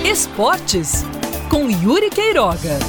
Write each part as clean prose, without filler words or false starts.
Esportes, com Yuri Queiroga.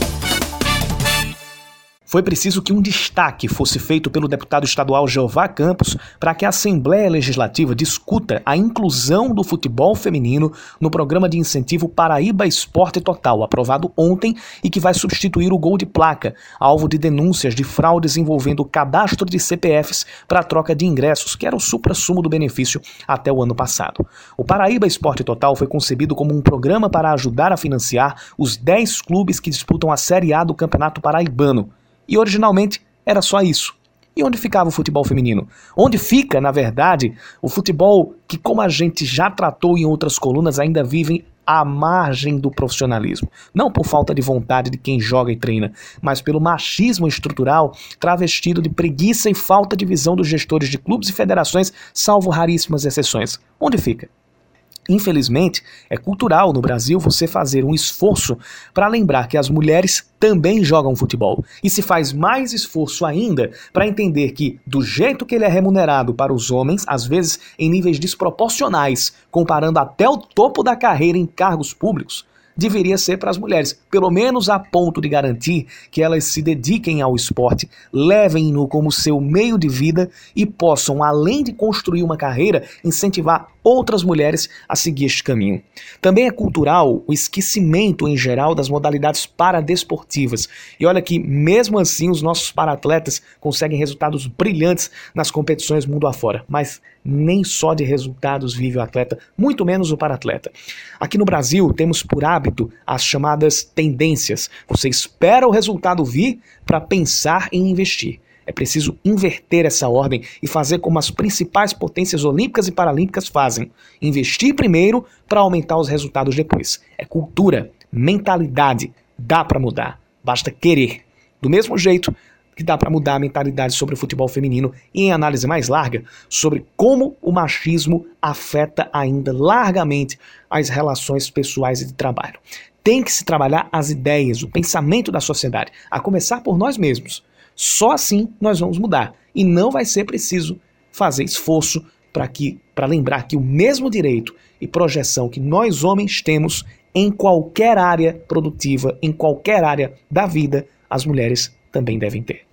Foi preciso que um destaque fosse feito pelo deputado estadual Jeová Campos para que a Assembleia Legislativa discuta a inclusão do futebol feminino no programa de incentivo Paraíba Esporte Total, aprovado ontem e que vai substituir o gol de placa, alvo de denúncias de fraudes envolvendo o cadastro de CPFs para a troca de ingressos, que era o suprassumo do benefício até o ano passado. O Paraíba Esporte Total foi concebido como um programa para ajudar a financiar os 10 clubes que disputam a Série A do Campeonato Paraibano. E originalmente era só isso. E onde ficava o futebol feminino? Onde fica, na verdade, o futebol que, como a gente já tratou em outras colunas, ainda vive à margem do profissionalismo. Não por falta de vontade de quem joga e treina, mas pelo machismo estrutural travestido de preguiça e falta de visão dos gestores de clubes e federações, salvo raríssimas exceções. Onde fica? Infelizmente, é cultural no Brasil você fazer um esforço para lembrar que as mulheres também jogam futebol. E se faz mais esforço ainda para entender que, do jeito que ele é remunerado para os homens, às vezes em níveis desproporcionais, comparando até o topo da carreira em cargos públicos, deveria ser para as mulheres, pelo menos a ponto de garantir que elas se dediquem ao esporte, levem-no como seu meio de vida e possam, além de construir uma carreira, incentivar outras mulheres a seguir este caminho. Também é cultural o esquecimento em geral das modalidades paradesportivas. E olha que, mesmo assim, os nossos paratletas conseguem resultados brilhantes nas competições mundo afora. Mas nem só de resultados vive o atleta, muito menos o paratleta. Aqui no Brasil, temos por hábito as chamadas tendências. Você espera o resultado vir para pensar em investir. É preciso inverter essa ordem e fazer como as principais potências olímpicas e paralímpicas fazem. Investir primeiro para aumentar os resultados depois. É cultura, mentalidade. Dá para mudar. Basta querer. Do mesmo jeito que dá para mudar a mentalidade sobre o futebol feminino e, em análise mais larga, sobre como o machismo afeta ainda largamente as relações pessoais e de trabalho. Tem que se trabalhar as ideias, o pensamento da sociedade, a começar por nós mesmos. Só assim nós vamos mudar. E não vai ser preciso fazer esforço para lembrar que o mesmo direito e projeção que nós homens temos em qualquer área produtiva, em qualquer área da vida, as mulheres também devem ter.